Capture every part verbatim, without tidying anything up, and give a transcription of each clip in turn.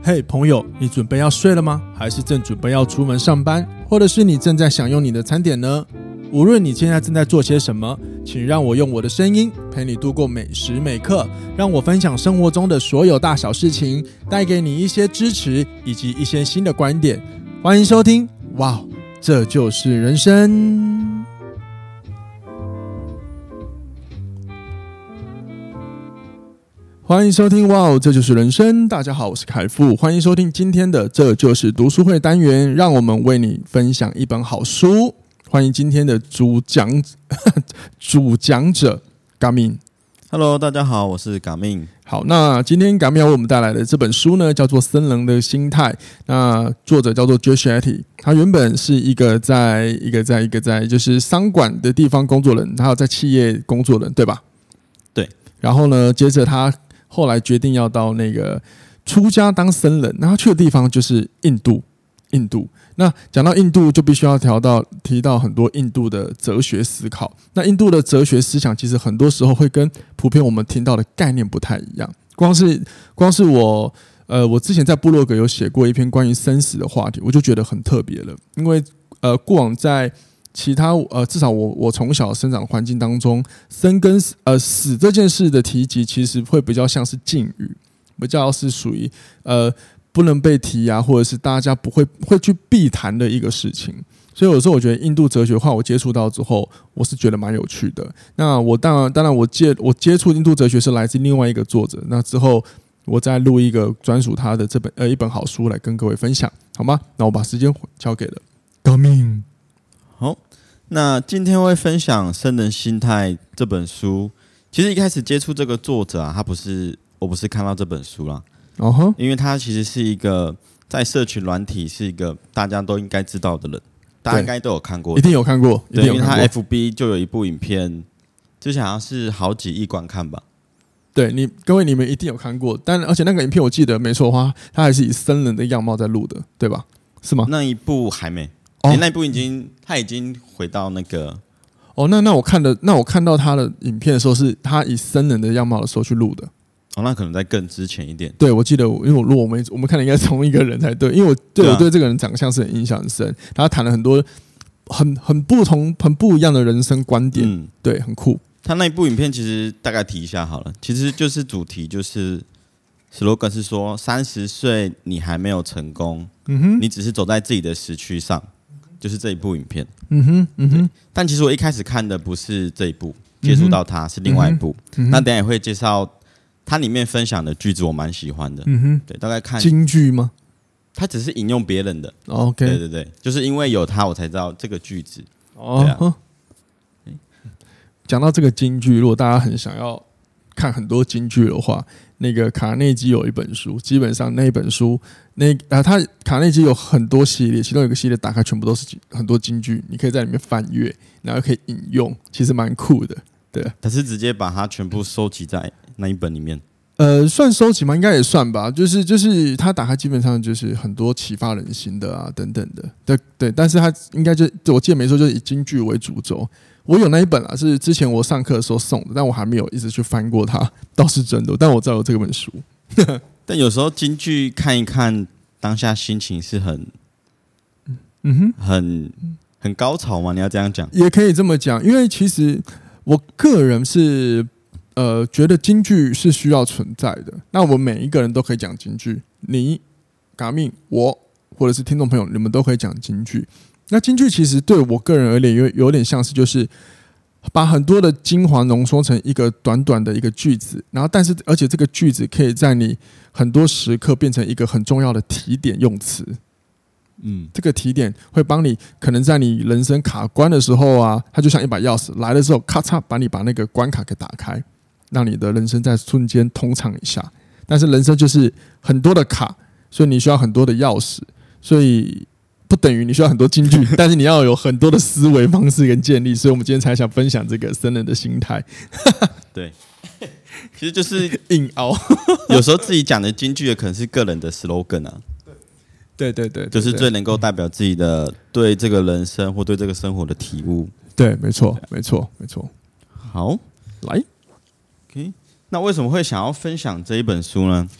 嘿，朋友，你准备要睡了吗？还是正准备要出门上班？或者是你正在享用你的餐点呢？无论你现在正在做些什么，请让我用我的声音陪你度过每时每刻，让我分享生活中的所有大小事情，带给你一些支持以及一些新的观点。欢迎收听，哇，这就是人生。欢迎收听，哇，这就是人生。大家好，我是凯富，欢迎收听今天的这就是读书会单元，让我们为你分享一本好书。欢迎今天的主讲主讲者嘎命。 Hello， 大家好，我是嘎命。 好，那今天嘎命要为我们带来的这本书呢，叫做《僧人的心态》。那作者叫做 Joe Shetty， 他原本是一个在一个在一个在就是商管的地方工作人，还有在企业工作人，对吧？ 对。 然后呢，接着他后来决定要到那个出家当僧人，那他去的地方就是印度。印度，那讲到印度，就必须要调到提到很多印度的哲学思考。那印度的哲学思想，其实很多时候会跟普遍我们听到的概念不太一样。光是光是我，呃，我之前在部落格有写过一篇关于生死的话题，我就觉得很特别了。因为呃，过往在其他呃，至少我我从小生长环境当中，生跟呃死这件事的提及，其实会比较像是禁语，比较是属于呃。不能被提啊，或者是大家不会会去避谈的一个事情，所以有时候我觉得印度哲学化我接触到之后，我是觉得蛮有趣的。那我当然当然我接我接触印度哲学是来自另外一个作者，那之后我再录一个专属他的这本呃一本好书来跟各位分享，好吗？那我把时间交给了革命。 好，那今天会分享《僧人心态》这本书。其实一开始接触这个作者啊，他不是我不是看到这本书啦。 哦吼， 因为他其实是一个在社群软体是一个大家都应该知道的人，大家应该都有看过， 一定有看过， 对，因为他 F B 就有一部影片，之前好像是好几亿观看吧。 对你各位你们一定有看过，但而且那个影片我记得没错的话，他还是以僧人的样貌在录的，对吧？是吗？ 那一部还没， 哦欸、那一部已经他已经回到那个哦，那那我看的那我看到他的影片的时候，是他以僧人的样貌的时候去录的。 哦，那可能在更之前一点。 对，我记得，因为我如果我们我们看的应该是同一个人才对，因为我对, 对、啊、我对这个人长相是很印象很深，他谈了很多很很不同、很不一样的人生观点，嗯，对，很酷。 他那一部影片其实大概提一下好了，其实就是主题就是 slogan 是说，三十岁你还没有成功，嗯哼，你只是走在自己的时区上，就是这一部影片， 嗯哼，嗯哼。 但其实我一开始看的不是这一部，接触到它是另外一部，嗯、那等一下也会介绍。它里面分享的句子我蛮喜欢的，嗯哼，对，大概看金句吗？ 它只是引用别人的 ，OK， 对对对，就是因为有它，我才知道这个句子。 哦，对啊。讲到这个金句，如果大家很想要看很多金句的话，那个卡内基有一本书，基本上那本书，那啊，他卡内基有很多系列，其中有一个系列打开全部都是很多金句，你可以在里面翻阅，然后可以引用，其实蛮酷的。对， 他是直接把它全部收集在那一本里面。 呃，算收集吗？应该也算吧。就是就是他打开基本上就是很多启发人心的啊，等等的。对对，但是他应该就我记得没错，就是以金句为主轴。我有那一本啊，是之前我上课的时候送的，但我还没有一直去翻过它，倒是真的。但我知道有这本书。 但有时候金句看一看，当下心情是很，嗯哼，很很高潮嘛？你要这样讲， 也可以这么讲，因为其实。我个人是呃觉得金句是需要存在的。那我们每一个人都可以讲金句，你、嘎命、我或者是听众朋友，你们都可以讲金句。那金句其实对我个人而言有有点像是就是把很多的精华浓缩成一个短短的一个句子，然后但是而且这个句子可以在你很多时刻变成一个很重要的提点用词。嗯，这个提点会帮你，可能在你人生卡关的时候啊，它就像一把钥匙，来的时候咔嚓把你把那个关卡给打开，让你的人生在瞬间通畅一下。但是人生就是很多的卡，所以你需要很多的钥匙，所以不等于你需要很多金句，但是你要有很多的思维方式跟建立。所以我们今天才想分享这个僧人的心态。 对，其实就是硬凹， 有时候自己讲的金句也可能是个人的 slogan 啊。 对对 对, 对, 对， 就是最能够代表自己的对这个人生或对这个生活的体悟。 对，没错，没错，没错。 好， 来 ，OK。那为什么会想要分享这一本书呢？ 是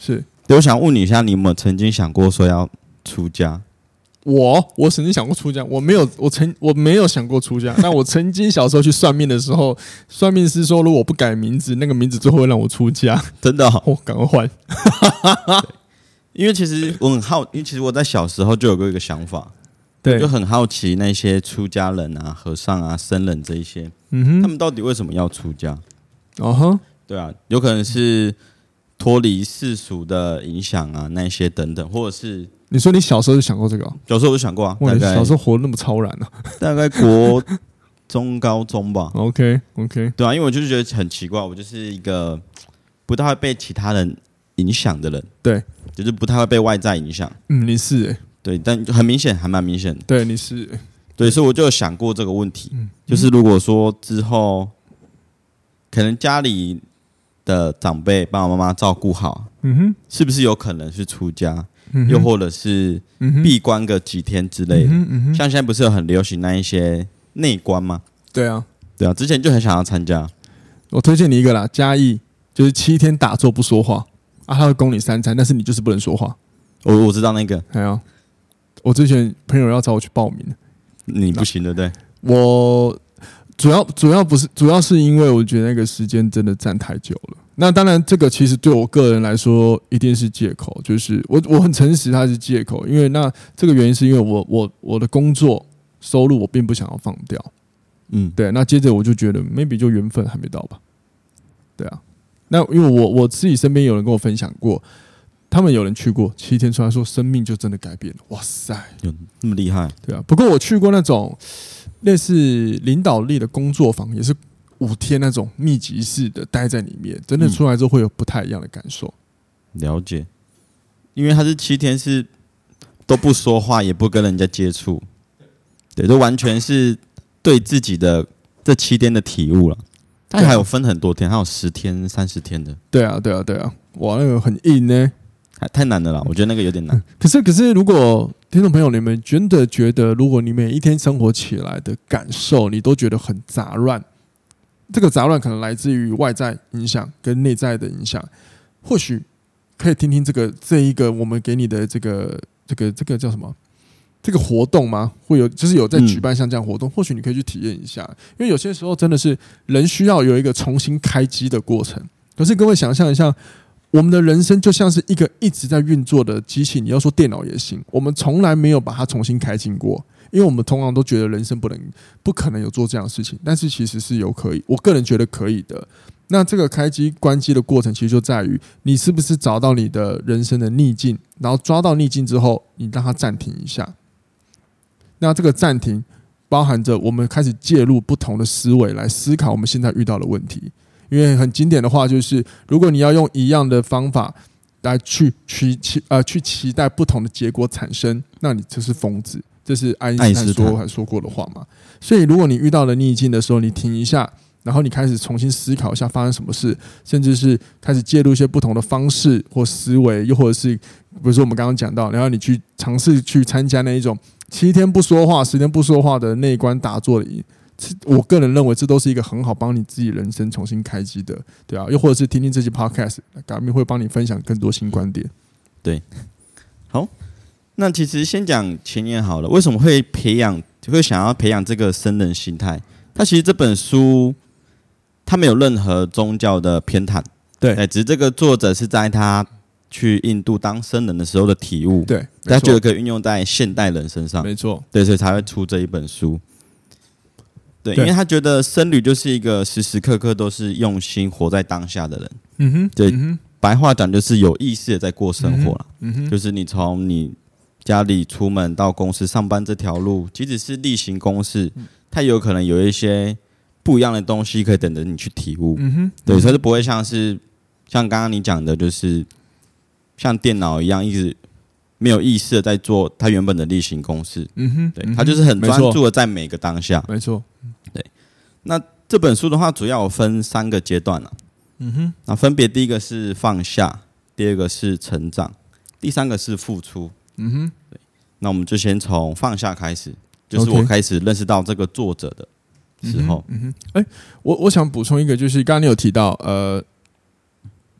对，我想问你一下，你有没有曾经想过说要出家？ 我我曾经想过出家，我没有，我曾我没有想过出家。但我曾经小时候去算命的时候，算命师说，如果我不改名字，那个名字最后会让我出家。 真的、哦， 我赶快换。 因为其实我很好，因为其实我在小时候就有过一个想法，对，就很好奇那些出家人啊、和尚啊、僧人这一些，嗯哼，他们到底为什么要出家？哦哼，对啊，有可能是脱离世俗的影响啊，那些等等，或者是。 你说你小时候就想过这个、哦？ 小时候我就想过啊，大概小时候活得那么超然啊， 大概国中高中吧。 OK OK， 对啊，因为我就是觉得很奇怪，我就是一个不太会被其他人影响的人， 对， 就是不太会被外在影响。 嗯，你是哎、欸， 对，但很明显，还蛮明显的。 对，你是、欸， 对，所以我就有想过这个问题，嗯、就是如果说之后可能家里的长辈爸爸妈妈照顾好，嗯哼，是不是有可能是出家？又或者是闭关个几天之类的，嗯嗯、像现在不是有很流行那一些内观吗？ 对啊， 对啊，之前就很想要参加。 我推荐你一个啦，嘉义就是七天打坐不说话啊，他会供你三餐，但是你就是不能说话。 我我知道那个， 还有、啊、我之前朋友要找我去报名， 你不行的，对。 我主要主要不是主要是因为我觉得那个时间真的站太久了。那当然，这个其实对我个人来说一定是借口，就是我我很诚实，它是借口，因为那这个原因是因为我我我的工作收入我并不想要放掉，嗯，对。那接着我就觉得 maybe 就缘分还没到吧，对啊。那因为我我自己身边有人跟我分享过，他们有人去过七天出来说生命就真的改变了，哇塞， 有那么厉害？ 对啊。不过我去过那种类似领导力的工作坊，也是。五天那种密集式的待在里面，真的出来之后会有不太一样的感受。 嗯、了解，因为他是七天是都不说话，也不跟人家接触，对，都完全是对自己的这七天的体悟了。他还有分很多天，还有十天、三十天的。 对啊，对啊，对啊，哇，那个很硬呢、欸， 还太难了啦，我觉得那个有点难。嗯、 可是，可是，如果听众朋友你们真的觉得，如果你每一天生活起来的感受，你都觉得很杂乱。这个杂乱可能来自于外在影响跟内在的影响，或许可以听听这个这一个我们给你的这个这个这个叫什么？这个活动吗？会有就是有在举办像这样活动，嗯、或许你可以去体验一下，因为有些时候真的是人需要有一个重新开机的过程。可是各位想象一下，我们的人生就像是一个一直在运作的机器，你要说电脑也行，我们从来没有把它重新开机过。因为我们通常都觉得人生不能、不可能有做这样的事情，但是其实是有可以，我个人觉得可以的。那这个开机、关机的过程，其实就在于你是不是找到你的人生的逆境，然后抓到逆境之后，你让它暂停一下。那这个暂停包含着我们开始介入不同的思维来思考我们现在遇到的问题。因为很经典的话就是，如果你要用一样的方法来去期呃去期待不同的结果产生，那你就是疯子。这是爱因斯坦说还说过的话嘛？所以如果你遇到了逆境的时候，你停一下，然后你开始重新思考一下发生什么事，甚至是开始介入一些不同的方式或思维，又或者是比如说我们刚刚讲到，然后你去尝试去参加那一种七天不说话、十天不说话的内观打坐的，我个人认为这都是一个很好帮你自己人生重新开机的，对啊，又或者是听听这期 podcast， 改面会帮你分享更多新观点。 对，好。那其实先讲前言好了，为什么会培养会想要培养这个僧人心态？他其实这本书他没有任何宗教的偏袒， 对， 只是这个作者是在他去印度当僧人的时候的体悟， 对， 他觉得可以运用在现代人身上， 没错， 对，所以才会出这一本书。对，因为他觉得僧侣就是一个时时刻刻都是用心活在当下的人，嗯哼，对，嗯哼，白话讲就是有意识的在过生活了，嗯哼，就是你从你家里出门到公司上班这条路，即使是例行公事，它有可能有一些不一样的东西可以等着你去体悟。嗯哼，对，所以就不会像是像刚刚你讲的，就是像电脑一样一直没有意识的在做它原本的例行公事。嗯哼，对，它就是很专注的在每个当下。 没错， 对。那这本书的话，主要有分三个阶段了。嗯哼，那分别第一个是放下，第二个是成长，第三个是付出。嗯哼，对，那我们就先从放下开始，就是我开始认识到这个作者的时候。 嗯哼，哎、嗯欸，我我想补充一个，就是刚刚你有提到，呃，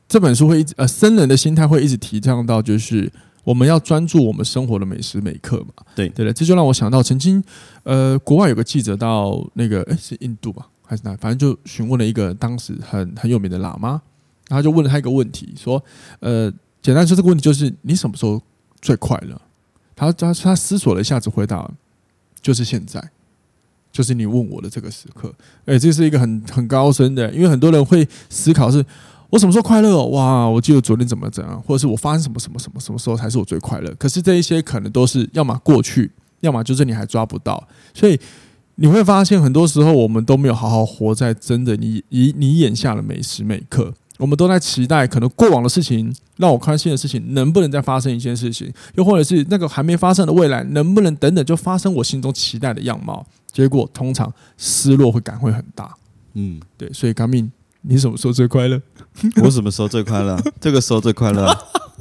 这本书会一直呃，僧人的心态会一直提倡到，就是我们要专注我们生活的每时每刻嘛。 对对了，这就让我想到，曾经呃，国外有个记者到那个哎是印度吧，还是哪，反正就询问了一个当时很很有名的喇嘛，然后就问了他一个问题，说呃，简单说这个问题就是你什么时候最快乐？他他他思索了一下子，回答就是现在。就是你问我的这个时刻，哎、欸，这是一个很很高深的，因为很多人会思考是，我什么时候快乐、哦？哇，我记得昨天怎么怎样，或者是我发生什么什么什么什么时候才是我最快乐？可是这一些可能都是要么过去，要么就是你还抓不到，所以你会发现很多时候我们都没有好好活在真的你你你眼下的每时每刻。我们都在期待可能过往的事情让我开心的事情能不能再发生一件事情，又或者是那个还没发生的未来能不能等等就发生我心中期待的样貌，结果通常失落会感会很大。嗯，对，所以刚敏，你什么时候最快乐？ 我什么时候最快乐？这个时候最快乐。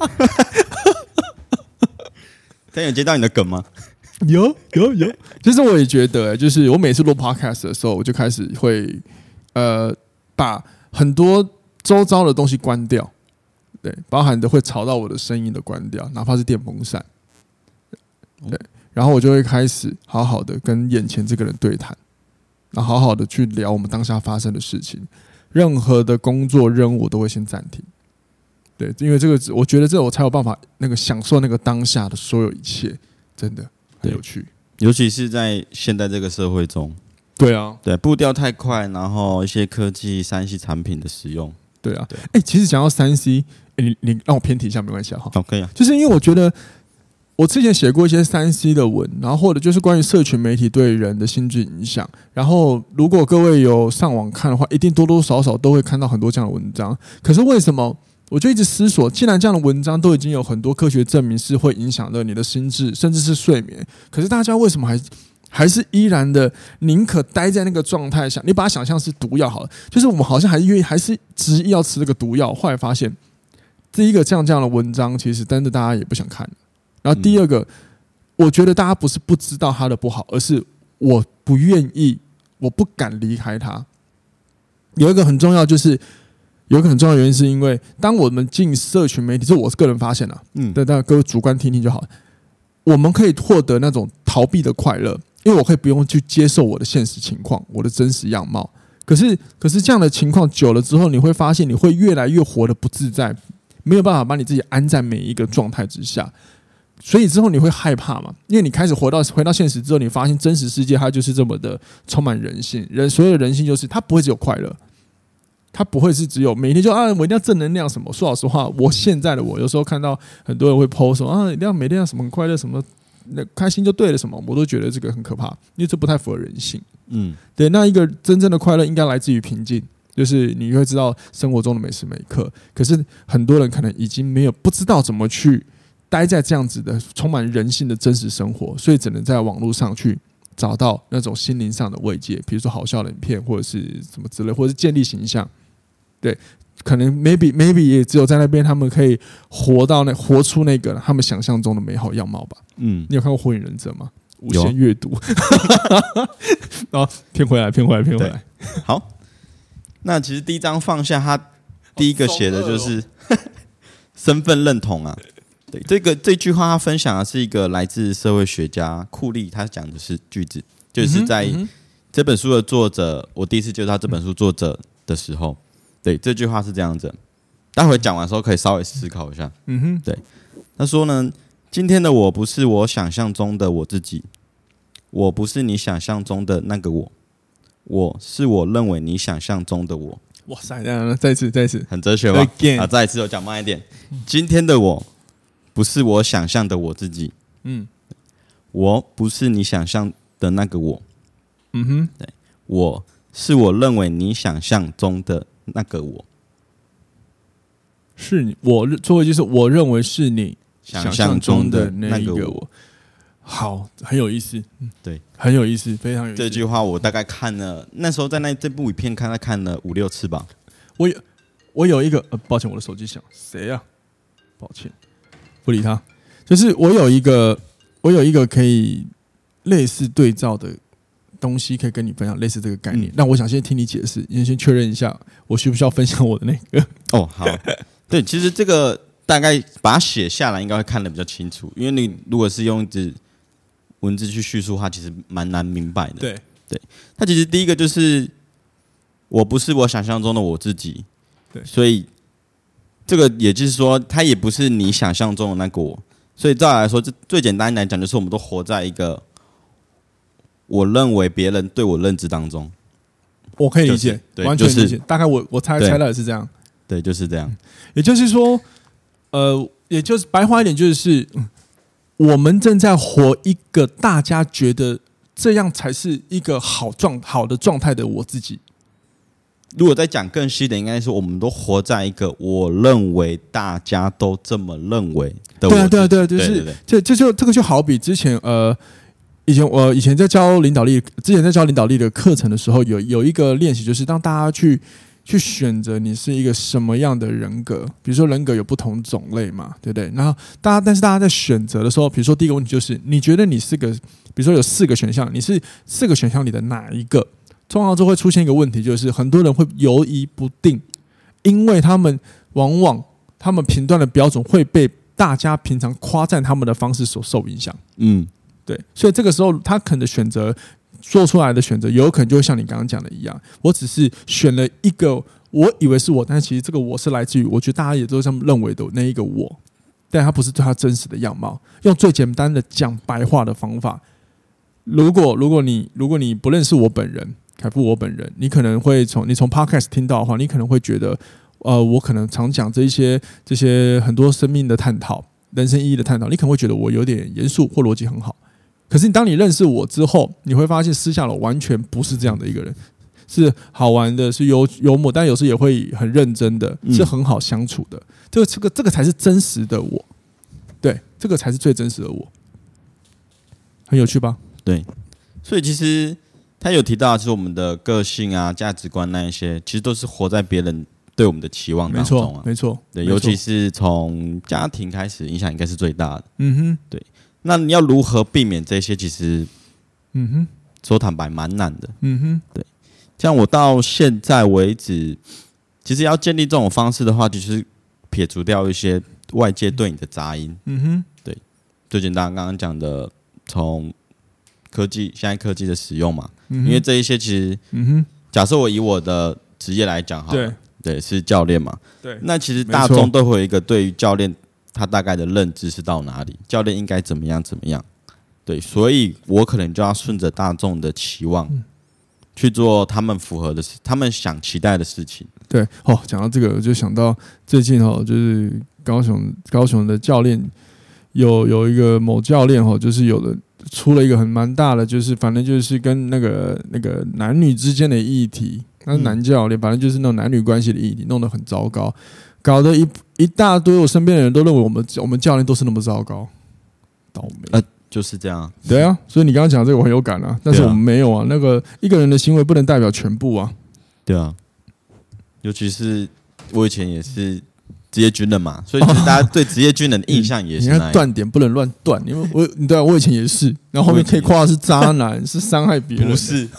但有接到你的梗吗？ 有有有，其实我也觉得、欸，就是我每次录 podcast 的时候，我就开始会呃把很多周遭的东西关掉，对，包含的会吵到我的声音的关掉，哪怕是电风扇，对，然后我就会开始好好的跟眼前这个人对谈，然后好好的去聊我们当下发生的事情，任何的工作任务我都会先暂停，对，因为这个我觉得这我才有办法那个享受那个当下的所有一切，真的很有趣， 尤其是在现在这个社会中， 对啊， 对，步调太快，然后一些科技三 C 产品的使用。 对啊，哎、欸，其实讲到三 C，、欸、你你让我偏题一下没关系啊，哈， 可以啊， 就是因为我觉得我之前写过一些三 C 的文，然后或者就是关于社群媒体对人的心智影响，然后如果各位有上网看的话，一定多多少少都会看到很多这样的文章。可是为什么我就一直思索，既然这样的文章都已经有很多科学证明是会影响到你的心智，甚至是睡眠，可是大家为什么还还是依然的宁可待在那个状态下？你把它想象是毒药好了，就是我们好像还是愿意还是执意要吃这个毒药。后来发现，第一个这样这样的文章，其实真的大家也不想看。然后第二个，嗯、我觉得大家不是不知道它的不好，而是我不愿意，我不敢离开它。有一个很重要，就是有一个很重要的原因，是因为当我们进社群媒体，这是我个人发现啊，嗯，但但各位主观听听就好。我们可以获得那种逃避的快乐。因为我可以不用去接受我的现实情况，我的真实样貌。可是，可是这样的情况久了之后，你会发现你会越来越活得不自在，没有办法把你自己安在每一个状态之下。所以之后你会害怕嘛？因为你开始回到回到现实之后，你发现真实世界它就是这么的充满人性，人所有的人性就是它不会只有快乐，它不会是只有每天就啊我一定要正能量什么。说老实话，我现在的我有时候看到很多人会 po 什么啊一定要每天要什么很快乐什么。那开心就对了，什么我都觉得这个很可怕，因为这不太符合人性。嗯，对。那一个真正的快乐应该来自于平静，就是你会知道生活中的每时每刻。可是很多人可能已经没有不知道怎么去待在这样子的充满人性的真实生活，所以只能在网络上去找到那种心灵上的慰藉，比如说好笑的影片或者是什么之类，或者是建立形象。对。可能 maybe maybe 也只有在那边，他们可以活到那活出那个他们想象中的美好样貌吧。嗯，你有看过《火影忍者》吗？无限阅读，然后骗回来，骗回来，骗回来。 好，那其实第一章放下，他第一个写的就是身份认同啊。对，这个这句话他分享的是一个来自社会学家库利，他讲的是句子，就是在这本书的作者，我第一次接触到这本书作者的时候。对，这句话是这样子，待会讲完的时候可以稍微思考一下。嗯哼，对，他说呢，今天的我不是我想象中的我自己，我不是你想象中的那个我，我是我认为你想象中的我。 哇塞，再一次，再一次， 很哲学吧？啊，再一次，我讲慢一点。今天的我不是我想象的我自己，嗯，我不是你想象的那个我，嗯哼，对，我是我认为你想象中的那个我， 是你我做的就是我认为是你想象中的那一个我。好，很有意思， 对， 很有意思，非常有意思。 这句话我大概看了，那时候在那这部影片看，他看了五六次吧。 我有我有一个，呃，抱歉，我的手机响，谁啊？抱歉，不理他。就是我有一个，我有一个可以类似对照的东西，可以跟你分享类似这个概念。那、嗯、我想先听你解释，你先确认一下，我需不需要分享我的那个？ 哦，好， 对，其实这个大概把它写下来，应该会看得比较清楚，因为你如果是用字文字去叙述的话，其实蛮难明白的。 对对，它其实第一个就是我不是我想象中的我自己， 对， 所以这个也就是说，它也不是你想象中的那个我。所以照来说，这最简单来讲，就是我们都活在一个我认为别人对我认知当中。 我可以理解， 就是、 完全理解。 就是、 大概我我猜猜到也是这样。 对，就是这样。 也就是说，呃，也就是白话一点，就是、嗯、我们正在活一个大家觉得这样才是一个好状好的状态的我自己。 如果再讲更细的，应该是我们都活在一个我认为大家都这么认为的我自己。对啊， 对啊，对啊，就是对对对这这就这个就好比之前呃，以前我以前在教领导力，之前在教领导力的课程的时候，有有一个练习，就是当大家去去选择你是一个什么样的人格，比如说人格有不同种类嘛，对不对？然后大家，但是大家在选择的时候，比如说第一个问题就是，你觉得你是个，比如说有四个选项，你是四个选项里的哪一个？通常就会出现一个问题，就是很多人会犹疑不定，因为他们往往他们评断的标准会被大家平常夸赞他们的方式所受影响。嗯，对，所以这个时候他可能选择做出来的选择，有可能就会像你刚刚讲的一样，我只是选了一个我以为是我，但是其实这个我是来自于我觉得大家也都这么认为的那一个我，但它不是对他真实的样貌。用最简单的讲白话的方法，如果如果你如果你不认识我本人。凯富我本人，你可能会从你从 podcast 听到的话，你可能会觉得，呃，我可能常讲这一些这些很多生命的探讨、人生意义的探讨，你可能会觉得我有点严肃或逻辑很好。可是当你认识我之后，你会发现私下我完全不是这样的一个人，是好玩的，是幽幽默，但有时也会很认真的，是很好相处的。这个这个这个才是真实的我，对，这个才是最真实的我，很有趣吧？ 对，所以其实。他有提到，就是我们的个性啊、价值观那一些，其实都是活在别人对我们的期望当中啊。 没错，没错， 对，尤其是从家庭开始，影响应该是最大的。 嗯哼， 对。那你要如何避免这些？其实， 嗯哼， 说坦白蛮难的。 嗯哼， 对。像我到现在为止，其实要建立这种方式的话，就是撇除掉一些外界对你的杂音。 嗯哼， 对。最简单，刚刚讲的，从科技现在科技的使用嘛。嗯、因为这一些其实，嗯哼，假设我以我的职业来讲，好了，对，对，是教练嘛， 对， 那其实大众都会有一个对于教练他大概的认知是到哪里，教练应该怎么样怎么样，对，所以我可能就要顺着大众的期望、嗯、去做他们符合的事，他们想期待的事情。 对，哦，讲到这个，我就想到最近哦，就是高雄高雄的教练有有一个某教练哦，就是有的。出了一个很蛮大的，就是反正就是跟那个那个男女之间的议题，那是男教练，反正就是那种男女关系的议题，弄得很糟糕，搞得一一大堆我身边的人都认为我们我们教练都是那么糟糕，倒霉。 呃，就是这样。 对啊，所以你刚刚讲这个我很有感啊，但是我们没有啊。那个一个人的行为不能代表全部啊。 对啊，尤其是我以前也是。职业军人嘛，所以就是大家对职业军人的印象也是那样。 你看断点不能乱断，因为我对啊，我以前也是，然后后面可以夸的是渣男，是伤害别人， 不是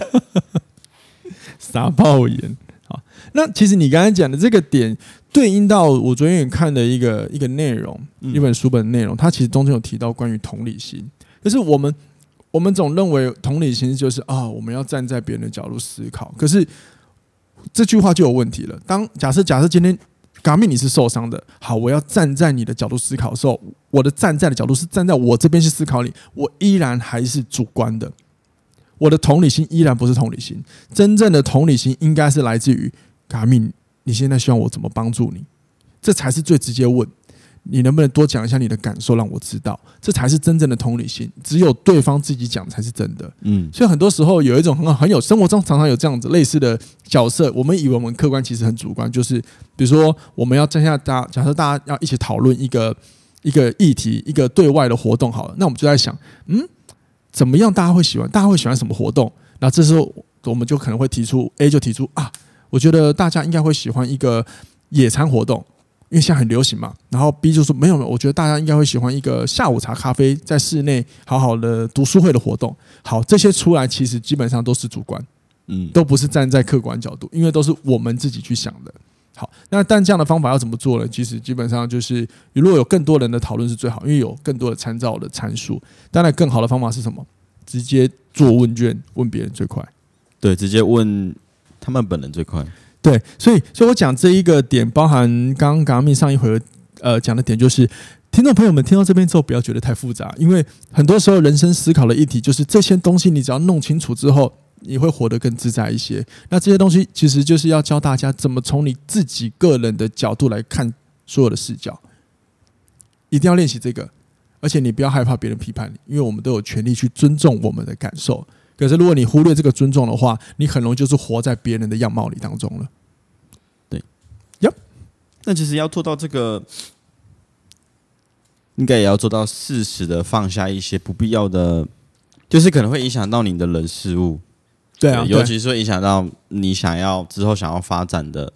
傻爆眼。好，那其实你刚才讲的这个点，对应到我昨天也看的一个一个内容，嗯、一本书本内容，它其实中间有提到关于同理心，就是我们我们总认为同理心就是啊，我们要站在别人的角度思考，可是这句话就有问题了。当假设假设今天。嘎密你是受伤的，好，我要站在你的角度思考的时候，我的站在的角度是站在我这边去思考你，我依然还是主观的，我的同理心依然不是同理心，真正的同理心应该是来自于嘎密，你现在希望我怎么帮助你，这才是最直接问，你能不能多讲一下你的感受让我知道，这才是真正的同理心，只有对方自己讲才是真的。嗯，所以很多时候有一种很很有生活中常常有这样子类似的角色，我们以为我们客观其实很主观，就是比如说我们要站下大，假设大家要一起讨论一个一个议题，一个对外的活动好了，那我们就在想，嗯，怎么样大家会喜欢，大家会喜欢什么活动？那这时候我们就可能会提出 A 就提出啊，我觉得大家应该会喜欢一个野餐活动。因为现在很流行嘛，然后 B 就说没有没有，我觉得大家应该会喜欢一个下午茶咖啡，在室内好好的读书会的活动。好，这些出来其实基本上都是主观，嗯，都不是站在客观角度，因为都是我们自己去想的。 好，那但这样的方法要怎么做呢？其实基本上就是，如果有更多人的讨论是最好，因为有更多的参照的参数。当然，更好的方法是什么？直接做问卷，问别人最快。 对，直接问他们本人最快。 对，所以，所以我讲这一个点，包含刚刚刚密上一回呃讲的点，就是听众朋友们听到这边之后，不要觉得太复杂，因为很多时候人生思考的议题，就是这些东西，你只要弄清楚之后，你会活得更自在一些。那这些东西其实就是要教大家怎么从你自己个人的角度来看所有的视角，一定要练习这个。而且你不要害怕别人批判你，因为我们都有权利去尊重我们的感受。可是如果你忽略这个尊重的话，你很容易就是活在别人的样貌里当中了。 对， 呀， 那其实要做到这个，应该也要做到适时的放下一些不必要的，就是可能会影响到你的人事物。 对啊， 对，尤其是会影响到你想要之后想要发展的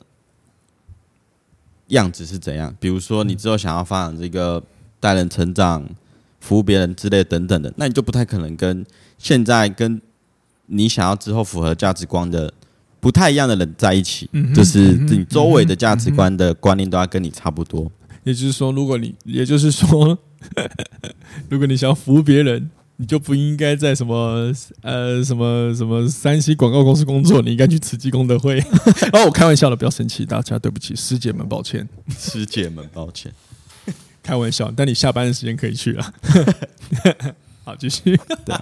样子是怎样。比如说，你之后想要发展这个带人成长、服务别人之类等等的，那你就不太可能跟现在跟你想要之后符合价值观的不太一样的人在一起，嗯、就是你周围的价值观的观念都要跟你差不多。 也就是说，如果你，也就是说，如果你想要服务别人，你就不应该在什么呃什么什么三 C 广告公司工作，你应该去慈济功德会。哦，我开玩笑的，不要生气，大家对不起，师姐们抱歉， 师姐们抱歉， 开玩笑，但你下班的时间可以去了。好，继续。 对，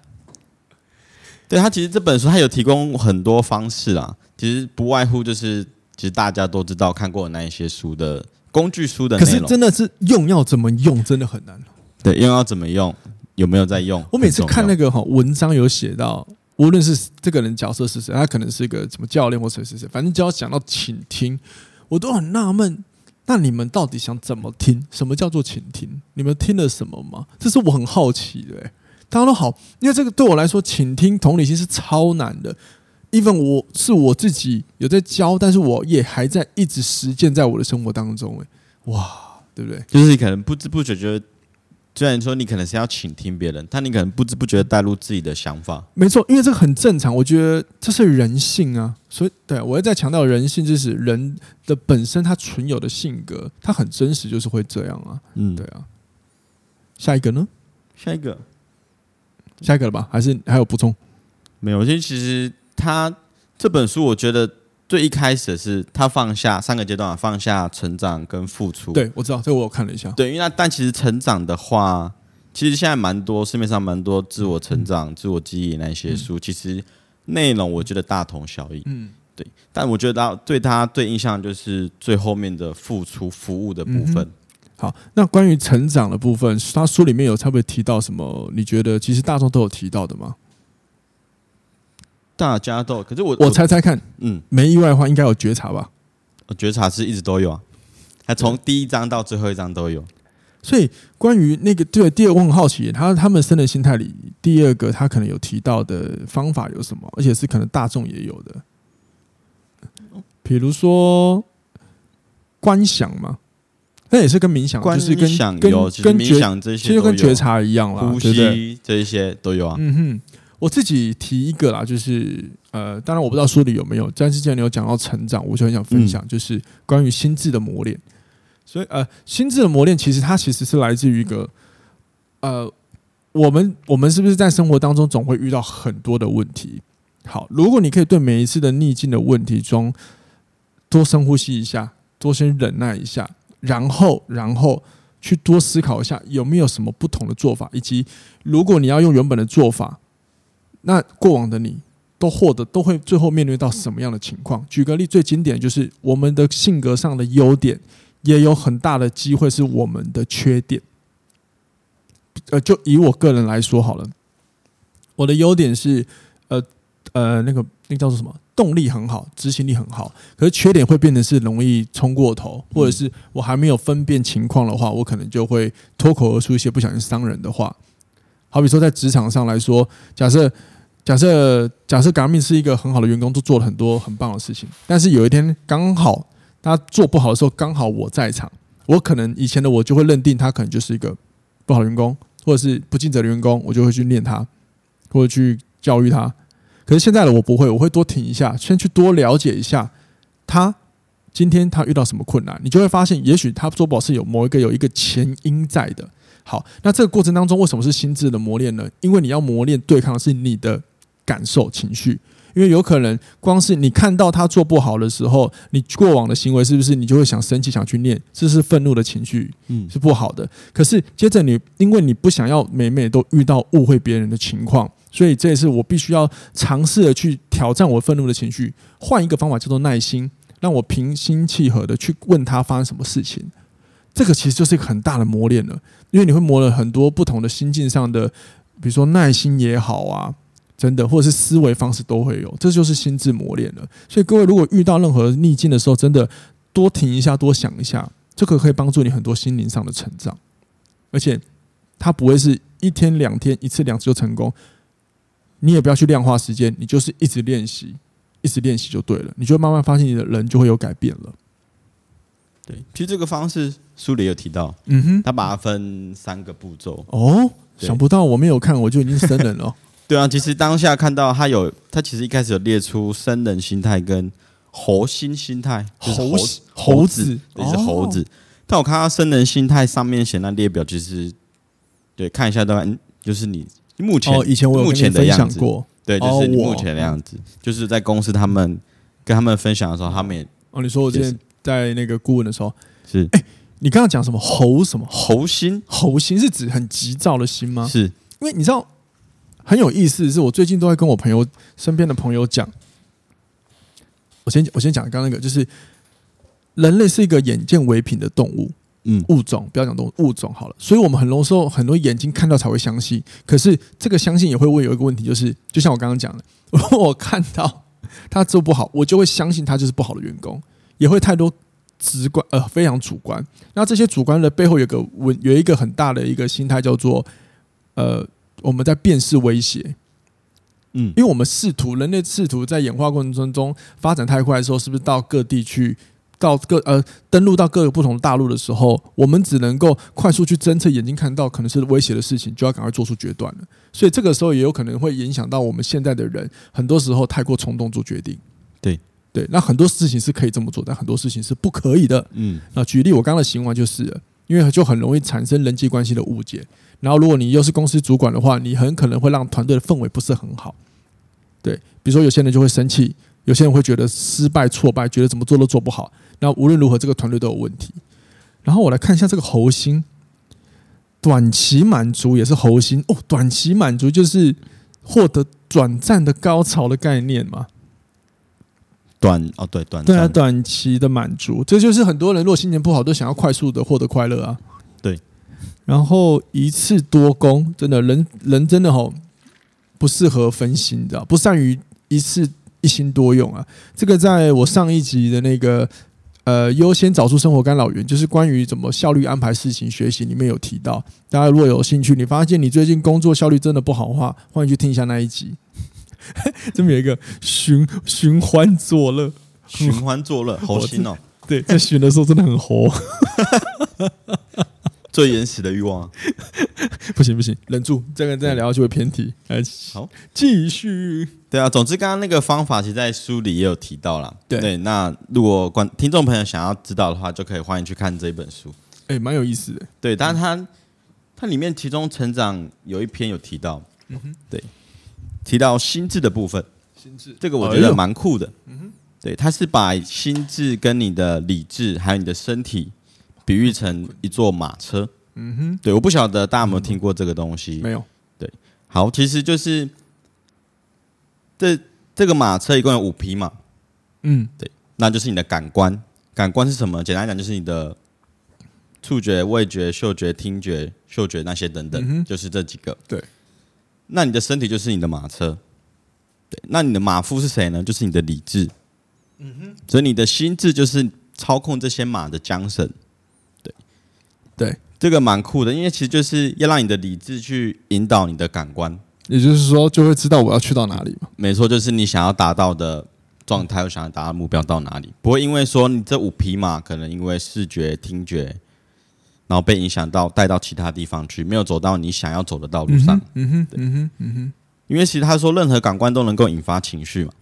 对他其实这本书他有提供很多方式啊，其实不外乎就是其实大家都知道看过的那一些书的工具书的内容， 可是真的是用要怎么用，真的很难。 对，用要怎么用，有没有在用？ 我每次看那个文章有写到，无论是这个人角色是谁，他可能是一个什么教练或谁谁谁，反正只要讲到倾听，我都很纳闷。那你们到底想怎么听？什么叫做倾听？你们听了什么吗？这是我很好奇的、欸。大家都好，因为这个对我来说，倾听同理心是超难的。even 我是我自己有在教，但是我也还在一直实践在我的生活当中、欸。哇，对不对？ 就是你可能不知不觉觉得。虽然说你可能是要倾听别人，但你可能不知不觉带入自己的想法。 没错，因为这个很正常，我觉得这是人性啊。所以，对我要再强调人性，就是人的本身他存有的性格，他很真实，就是会这样啊。嗯，对啊。下一个呢？ 下一个， 下一个了吧？还是还有补充？ 没有，其实他这本书，我觉得最一开始的是他放下三个阶段，放下成长跟付出。 对，我知道，这个我有看了一下。 对，因为那但其实成长的话，其实现在蛮多市面上蛮多自我成长、嗯、自我激励那些书，嗯、其实内容我觉得大同小异。嗯，对。但我觉得对他最印象就是最后面的付出服务的部分。嗯、 好，那关于成长的部分，他书里面有差不多提到什么？你觉得其实大众都有提到的吗？ 大家都，可是我我猜猜看，嗯，没意外的话，应该有觉察吧？ 觉察是一直都有啊，他从第一章到最后一章都有。 所以关于那个对第二个我很好奇，他他们生的心态里，第二个他可能有提到的方法有什么？而且是可能大众也有的，比如说观想嘛，那也是跟冥想，就是跟跟跟冥想这些， 其实就跟觉察一样啦， 呼吸这一些都有啊。 嗯哼。我自己提一个啦，就是呃，当然我不知道书里有没有，但是既然你有讲到成长，我就很想分享，就是关于心智的磨练。所以呃，心智的磨练其实它其实是来自于一个呃，我们我们是不是在生活当中总会遇到很多的问题？好，如果你可以对每一次的逆境的问题中多深呼吸一下，多先忍耐一下，然后然后去多思考一下有没有什么不同的做法，以及如果你要用原本的做法。那过往的你都获得都会最后面临到什么样的情况？举个例，最经典的就是我们的性格上的优点，也有很大的机会是我们的缺点。呃，就以我个人来说好了，我的优点是呃呃那个那个叫做什么？动力很好，执行力很好，可是缺点会变成是容易冲过头，或者是我还没有分辨情况的话，我可能就会脱口而出一些不小心伤人的话。好比说，在职场上来说，假设假设假设 Garmin 是一个很好的员工，都做了很多很棒的事情，但是有一天刚好他做不好的时候，刚好我在场，我可能以前的我就会认定他可能就是一个不好的员工，或者是不尽责的员工，我就会去念他，或者去教育他。可是现在的我不会，我会多停一下，先去多了解一下他今天他遇到什么困难，你就会发现，也许他做不好是有某一个有一个前因在的。好，那这个过程当中，为什么是心智的磨练呢？因为你要磨练对抗的是你的感受、情绪。因为有可能光是你看到他做不好的时候，你过往的行为是不是你就会想生气、想去念，这是愤怒的情绪，是不好的。可是接着你，因为你不想要每每都遇到误会别人的情况，所以这也是我必须要尝试的去挑战我愤怒的情绪，换一个方法叫做耐心，让我平心气和的去问他发生什么事情。这个其实就是一个很大的磨练了，因为你会磨了很多不同的心境上的，比如说耐心也好啊。真的，或者是思维方式都会有，这就是心智磨练了。所以各位，如果遇到任何逆境的时候，真的多停一下，多想一下，这个可以帮助你很多心灵上的成长。而且，它不会是一天两天、一次两次就成功。你也不要去量化时间，你就是一直练习，一直练习就对了。你就会慢慢发现你的人就会有改变了。 对，其实这个方式书里有提到， 嗯哼， 他把它分三个步骤。 哦，想不到我没有看，我就已经生人了。 对啊，其实当下看到他有，他其实一开始有列出生人心态跟猴心心态，就是猴子猴子，对，是猴子。但我看到生人心态上面写那列表，其实对看一下，当然就是你目前、 哦、以前我有跟你分享过， 对，就是你目前的样子，哦、就是在公司他们跟他们分享的时候，他们也哦，你说我之前在那个顾问的时候是， 哎、欸，你刚刚讲什么猴什么猴心？ 猴心是指很急躁的心吗？ 是， 因为你知道。很有意思的是，我最近都在跟我朋友身边的朋友讲，我先我先讲刚刚那个，就是人类是一个眼见为凭的动物，嗯，物种不要讲动物物种好了，所以我们很多时候很多眼睛看到才会相信，可是这个相信也会问有一个问题，就是就像我刚刚讲的，如果我看到他做不好，我就会相信他就是不好的员工，也会太多直观呃非常主观，那这些主观的背后有个有一个很大的一个心态叫做呃。我们在辨识威胁，嗯，因为我们试图人类试图在演化过程中发展太快的时候，是不是到各地去，到各呃登陆到各个不同的大陆的时候，我们只能够快速去侦测眼睛看到可能是威胁的事情，就要赶快做出决断了。所以这个时候也有可能会影响到我们现在的人，很多时候太过冲动做决定。 对对，那很多事情是可以这么做，但很多事情是不可以的。嗯，那举例我刚刚的行为就是了，因为就很容易产生人际关系的误解。然后，如果你又是公司主管的话，你很可能会让团队的氛围不是很好。对，比如说有些人就会生气，有些人会觉得失败、挫败，觉得怎么做都做不好。那无论如何，这个团队都有问题。然后我来看一下这个猴心，短期满足也是猴心哦。短期满足就是获得短暂的高潮的概念嘛。 短哦，对，短对啊，短期的满足，这就是很多人如果心情不好，都想要快速的获得快乐啊。 对。 然后一次多功，真的人人真的吼不适合分心，你知道，不善于一次一心多用啊。这个在我上一集的那个呃优先找出生活干扰源，就是关于怎么效率安排事情学习里面有提到。大家如果有兴趣，你发现你最近工作效率真的不好的话，欢迎去听一下那一集。这边有一个循循环作乐， 循环作乐，猴心哦。 对，在循的时候真的很猴。 最原始的欲望、啊， 不行不行，忍住，这个再聊就会偏题。好，继续。 对啊，总之刚刚那个方法，其实在书里也有提到啦。 对， 对，那如果观听众朋友想要知道的话，就可以欢迎去看这本书。 哎、欸，蛮有意思的。 对，但是它它里面其中成长有一篇有提到，嗯哼，对，提到心智的部分。心智这个我觉得蛮酷的。嗯哼，对，它是把心智跟你的理智还有你的身体。比喻成一座马车，嗯哼，对，我不晓得大家有没有听过这个东西， 没有， 对，好，其实就是这这个马车一共有五匹马，嗯，对，那就是你的感官，感官是什么？简单讲就是你的触觉、味觉、嗅觉、听觉、嗅觉那些等等，嗯、就是这几个， 对， 那你的身体就是你的马车，对，那你的马夫是谁呢？就是你的理智，嗯哼，所以你的心智就是操控这些马的缰绳。 对， 这个蛮酷的，因为其实就是要让你的理智去引导你的感官， 也就是说，就会知道我要去到哪里嘛。 没错，就是你想要达到的状态，或想要达到的目标到哪里，不会因为说你这五匹马可能因为视觉、听觉，然后被影响到带到其他地方去，没有走到你想要走的道路上。 嗯哼，嗯哼，嗯哼，嗯哼。 因为其实他说，任何感官都能够引发情绪嘛。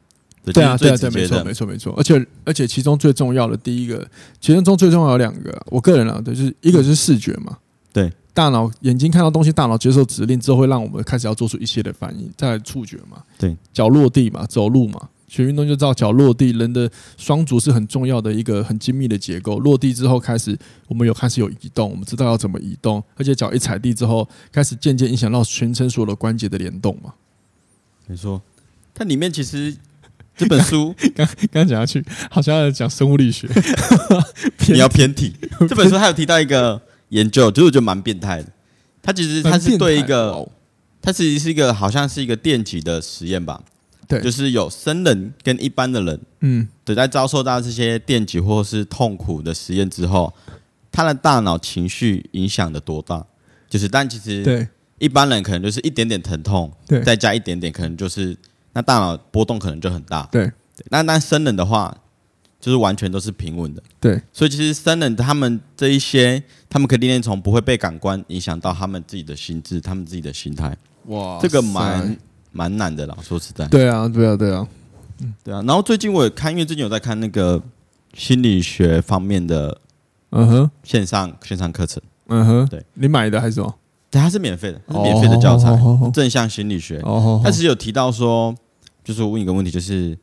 对啊，对啊，对，没错，没错，没错。而且而且其中最重要的第一个，其中最重要有两个，我个人啊，对，就是一个是视觉嘛， 对， 大脑眼睛看到东西，大脑接受指令之后，会让我们开始要做出一系列反应。再来触觉嘛， 对， 脚落地嘛，走路嘛，学运动就知道脚落地，人的双足是很重要的一个很精密的结构。落地之后开始，我们有开始有移动，我们知道要怎么移动，而且脚一踩地之后，开始渐渐影响到全身所有的关节的联动嘛。 没错，它里面其实。这本书刚刚讲下去，好像要讲生物力学， 你要偏题。这本书还有提到一个研究，就是我觉得蛮变态的。它其实它是对一个，它其实是一个好像是一个电极的实验吧。对，就是有僧人跟一般的人，嗯，对，在遭受到这些电击或是痛苦的实验之后，他的大脑情绪影响的多大？就是，但其实对一般人可能就是一点点疼痛，对，再加一点点，可能就是。那大脑波动可能就很大，对。那那僧人的话，就是完全都是平稳的，对。所以其实僧人他们这一些，他们可以练从不会被感官影响到他们自己的心智，他们自己的心态。哇，这个蛮蛮难的啦，说实在。 对啊，对啊，对啊， 嗯，对啊。然后最近我也看，因为最近有在看那个心理学方面的，嗯哼，线上线上课程，嗯哼，对， 你买的还是什么？ 对，它是免费的，它是免费的教材，哦、正向心理学。哦、它其实有提到说。就是我问你一个问题，就是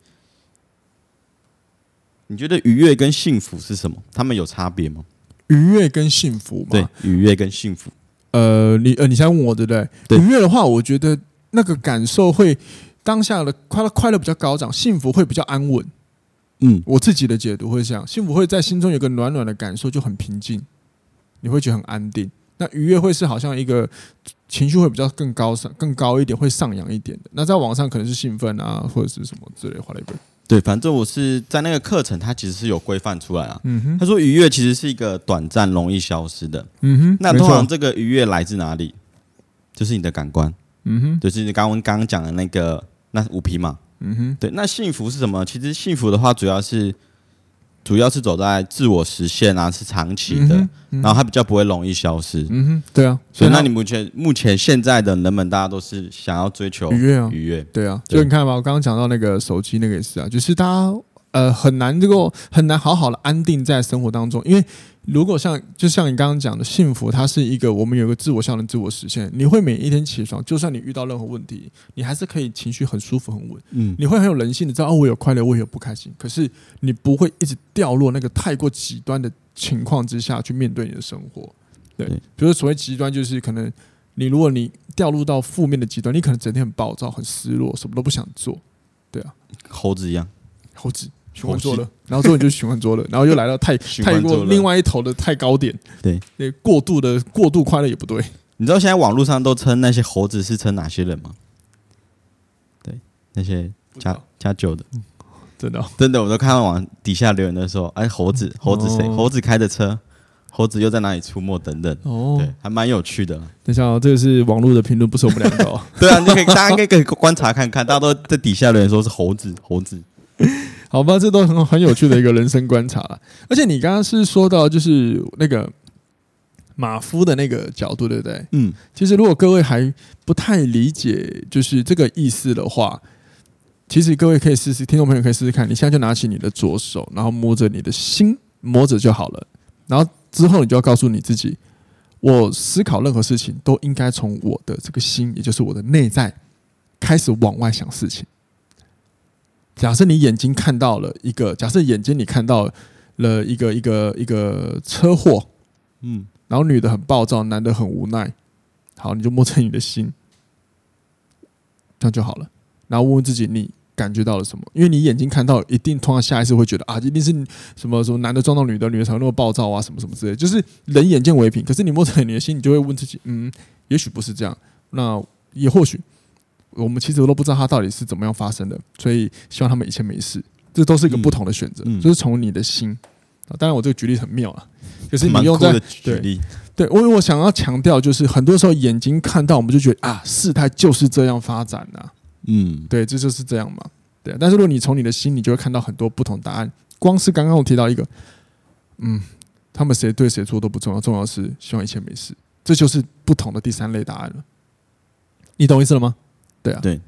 你觉得愉悦跟幸福是什么？他们有差别吗？ 愉悦跟幸福嘛？ 对，愉悦跟幸福。 呃，你呃，你现在问我对不对？对，愉悦的话，我觉得那个感受会当下的快乐快乐比较高涨，幸福会比较安稳。嗯，我自己的解读会这样，幸福会在心中有个暖暖的感受，就很平静，你会觉得很安定。那愉悦会是好像一个情绪会比较更高上、更高一点，会上扬一点的。那在网上可能是兴奋啊，或者是什么之类，划了一本。 对，反正我是在那个课程，它其实是有规范出来啊。嗯哼，他说愉悦其实是一个短暂、容易消失的。嗯哼，那通常这个愉悦来自哪里？就是你的感官。嗯哼，就是你刚刚刚刚讲的那个那五匹马。嗯哼，对。那幸福是什么？其实幸福的话，主要是。主要是走在自我实现啊，是长期的，嗯嗯、然后它比较不会容易消失。嗯哼， 对啊。 所以那你目前目前现在的人们，大家都是想要追求愉悦啊， 愉悦。 对啊，就你看嘛，我刚刚讲到那个手机那个也是啊，就是大家呃很难这个很难好好的安定在生活当中，因为如果像就像你刚刚讲的幸福，它是一个我们有一个自我效能、自我实现。你会每一天起床，就算你遇到任何问题，你还是可以情绪很舒服、很稳。嗯，你会很有人性的知道，哦，我有快乐，我也有不开心。可是你不会一直掉落那个太过极端的情况之下去面对你的生活。对，比如说所谓极端，就是可能你如果你掉入到负面的极端，你可能整天很暴躁、很失落，什么都不想做。对啊， 猴子一样， 猴子。循环做了，然后之后你就循环做了，然后又来到太太过另外一头的太高点，对，那过度的过度快乐也不对。 你知道现在网络上都称那些猴子是称哪些人吗？对，那些加加酒的，嗯、 真的、哦、 真的，我都看到往底下留言的时候，哎，猴子猴子谁？哦、猴子开的车，猴子又在哪里出没等等，哦，对，还蛮有趣的。 等一下、哦，这个是网络的评论，不是我们两个、哦。 对啊，你可以大家应该可以观察看看，大家都在底下留言说是猴子猴子。 好吧，这都很很有趣的一个人生观察了。而且你刚刚是说到就是那个马夫的那个角度，对不对？嗯，其实如果各位还不太理解就是这个意思的话，其实各位可以试试，听众朋友可以试试看。你现在就拿起你的左手，然后摸着你的心，摸着就好了。然后之后你就要告诉你自己，我思考任何事情都应该从我的这个心，也就是我的内在开始往外想事情。假设你眼睛看到了一个，假设眼睛你看到了一个一个一个车祸，嗯，然后女的很暴躁，男的很无奈，好，你就摸着你的心，这样就好了。然后问问自己，你感觉到了什么？因为你眼睛看到，一定通常下意识会觉得啊，一定是什么什么男的撞到女的，女的才会那么暴躁啊，什么什么之类的。就是人眼见为凭，可是你摸着你的心，你就会问自己，嗯，也许不是这样，那也或许。我们其实都不知道它到底是怎么样发生的，所以希望他们一切没事。这都是一个不同的选择，嗯嗯、就是从你的心。当然，我这个举例很妙啊，可是你用在举例， 对，因为我想要强调，就是很多时候眼睛看到，我们就觉得啊，事态就是这样发展啊，嗯，对，这就是这样嘛，对。但是如果你从你的心，你就会看到很多不同答案。光是刚刚我提到一个，嗯，他们谁对谁错都不重要，重要的是希望一切没事，这就是不同的第三类答案了。你懂意思了吗？对啊， 对，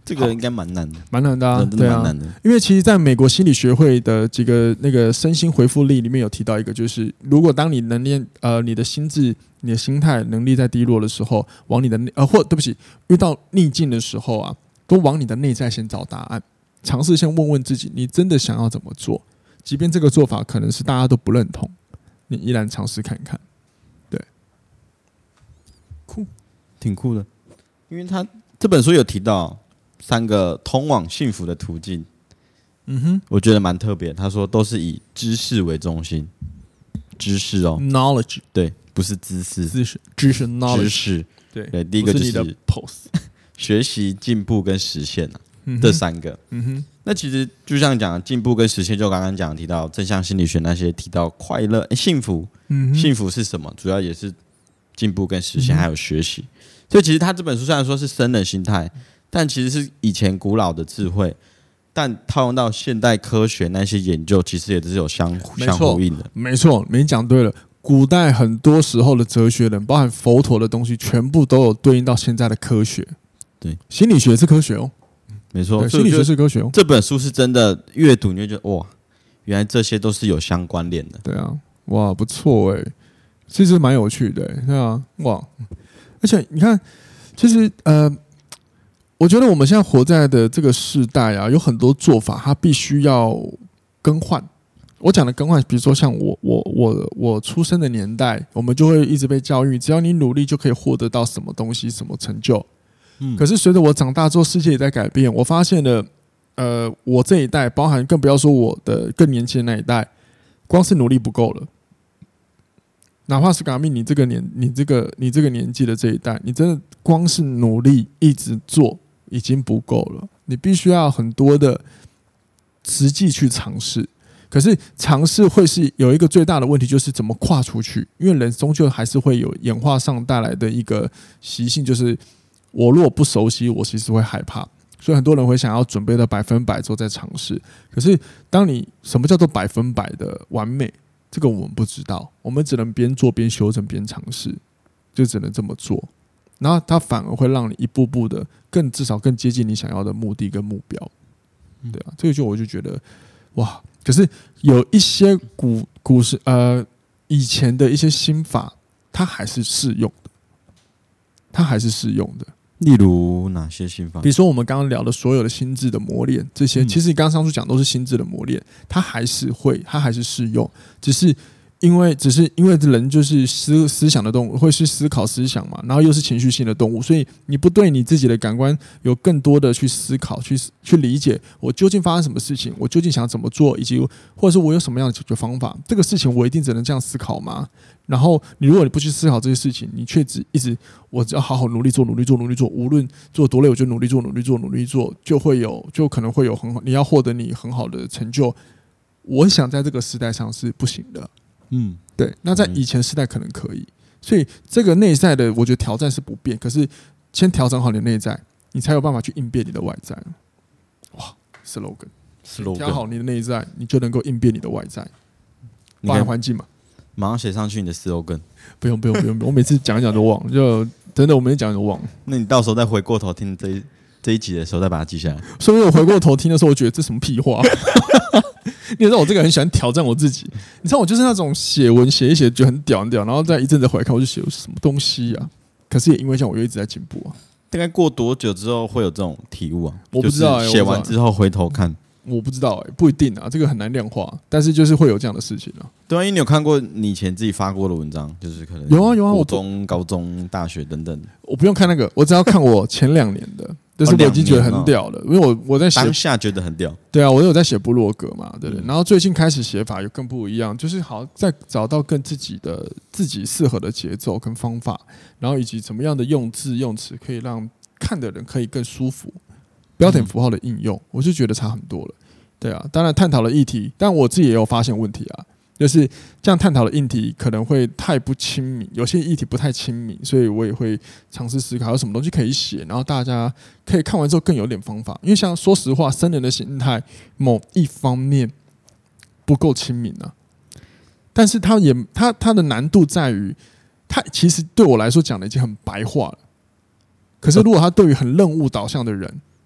这个应该蛮难的， 蛮难的啊， 真的蛮难的。 因为其实，在美国心理学会的几个那个身心回复力里面有提到一个，就是如果当你能力呃你的心智、你的心态能力在低落的时候，往你的呃或对不起，遇到逆境的时候啊，都往你的内在先找答案，尝试先问问自己，你真的想要怎么做？即便这个做法可能是大家都不认同，你依然尝试看看。对， 酷，挺酷的，因为他这本书有提到三个通往幸福的途径，嗯哼，我觉得蛮特别。他说都是以知识为中心，知识哦 ，knowledge， 对，不是知识， 知识，知识 knowledge， 知识， 对对，第一个就是 pose， 学习、进步跟实现啊，嗯、这三个，嗯哼。那其实就像讲进步跟实现，就刚刚讲提到正向心理学那些提到快乐、欸、幸福，嗯，幸福是什么？主要也是进步跟实现，还有学习。嗯、所以其实他这本书虽然说是僧人心态，但其实是以前古老的智慧，但套用到现代科学那些研究，其实也是有相相呼应的。 没错，没讲对了。古代很多时候的哲学人，包含佛陀的东西，全部都有对应到现在的科学。 对， 心理学是科学哦。 没错， 心理学是科学哦。 这本书是真的阅读，你就觉得哇，原来这些都是有相关联的。 对啊，哇，不错哎、欸，其实蛮有趣的、欸，对啊，哇，而且你看，其实呃，我觉得我们现在活在的这个世代啊，有很多做法，它必须要更换。我讲的更换，比如说像我我我我出生的年代，我们就会一直被教育，只要你努力就可以获得到什么东西、什么成就。嗯、可是随着我长大之后，世界也在改变。我发现了，呃，我这一代，包含更不要说我的更年轻的那一代，光是努力不够了。哪怕是嘎密，你这个年，你这个你这个年纪的这一代，你真的光是努力一直做已经不够了。你必须要很多的实际去尝试。可是尝试会是有一个最大的问题，就是怎么跨出去。因为人终究还是会有演化上带来的一个习性，就是我如果不熟悉，我其实会害怕，所以很多人会想要准备到百分百之后再尝试。可是，当你什么叫做百分百的完美，这个我们不知道，我们只能边做边修正边尝试，就只能这么做。然后它反而会让你一步步的更至少更接近你想要的目的跟目标。对啊，这个就我就觉得哇，可是有一些古古时呃以前的一些心法，它还是适用的，它还是适用的。 例如哪些心法？ 比如说我们刚刚聊的所有的心智的磨练，这些、嗯、其实刚刚上述讲都是心智的磨练，它还是会，它还是适用，只是因为只是因为人就是思思想的动物，会去思考思想嘛，然后又是情绪性的动物，所以你不对你自己的感官有更多的去思考，去去理解我究竟发生什么事情，我究竟想怎么做，以及或者是我有什么样的解决方法，这个事情我一定只能这样思考吗？然后你如果你不去思考这些事情，你却只一直我只要好好努力做努力做努力做，无论做多累我就努力做努力做努力做，就会有就可能会有很好，你要获得你很好的成就，我想在这个时代上是不行的。嗯，对。那在以前时代可能可以，所以这个内在的我觉得挑战是不变，可是先调整好你的内在，你才有办法去应变你的外在。哇 ，slogan， slogan， 调好你的内在，你就能够应变你的外在，包含环境嘛。 马上写上去你的 slogan。 不用不用不用，我每次讲一讲都忘了，就真的我每次讲都忘了。 那你到时候再回过头听这一这一集的时候，再把它记下来。 所以我回过头听的时候，我觉得这什么屁话。你知道我这个很喜欢挑战我自己，你知道我就是那种写文写一写觉得很屌很屌，然后再一阵子回来看，我就写什么东西啊？可是也因为这样，我又一直在进步啊。 大概过多久之后会有这种体悟啊？ 我不知道、欸， 写完之后回头看。 我不知道哎、欸，不一定啊，这个很难量化，但是就是会有这样的事情啊。 对啊，因为你有看过你以前自己发过的文章，就是可能有啊有啊， 国中、高中、大学等等。 我不用看那个，我只要看我前两年的，但是我已经觉得很屌了，因为我我在写当下觉得很屌。 对啊，我有在写部落格嘛，对不对？然后最近开始写法又更不一样，就是好再找到更自己的自己适合的节奏跟方法，然后以及怎么样的用字用词可以让看的人可以更舒服，标点符号的应用，我就觉得差很多了。对啊，当然探讨了议题，但我自己也有发现问题啊，就是这样探讨的议题可能会太不亲民，有些议题不太亲民，所以我也会尝试思考有什么东西可以写，然后大家可以看完之后更有点方法。因为像说实话，僧人的心态某一方面不够亲民啊，但是它也它它的难度在于，它其实对我来说讲的已经很白话了，可是如果他对于很任务导向的人，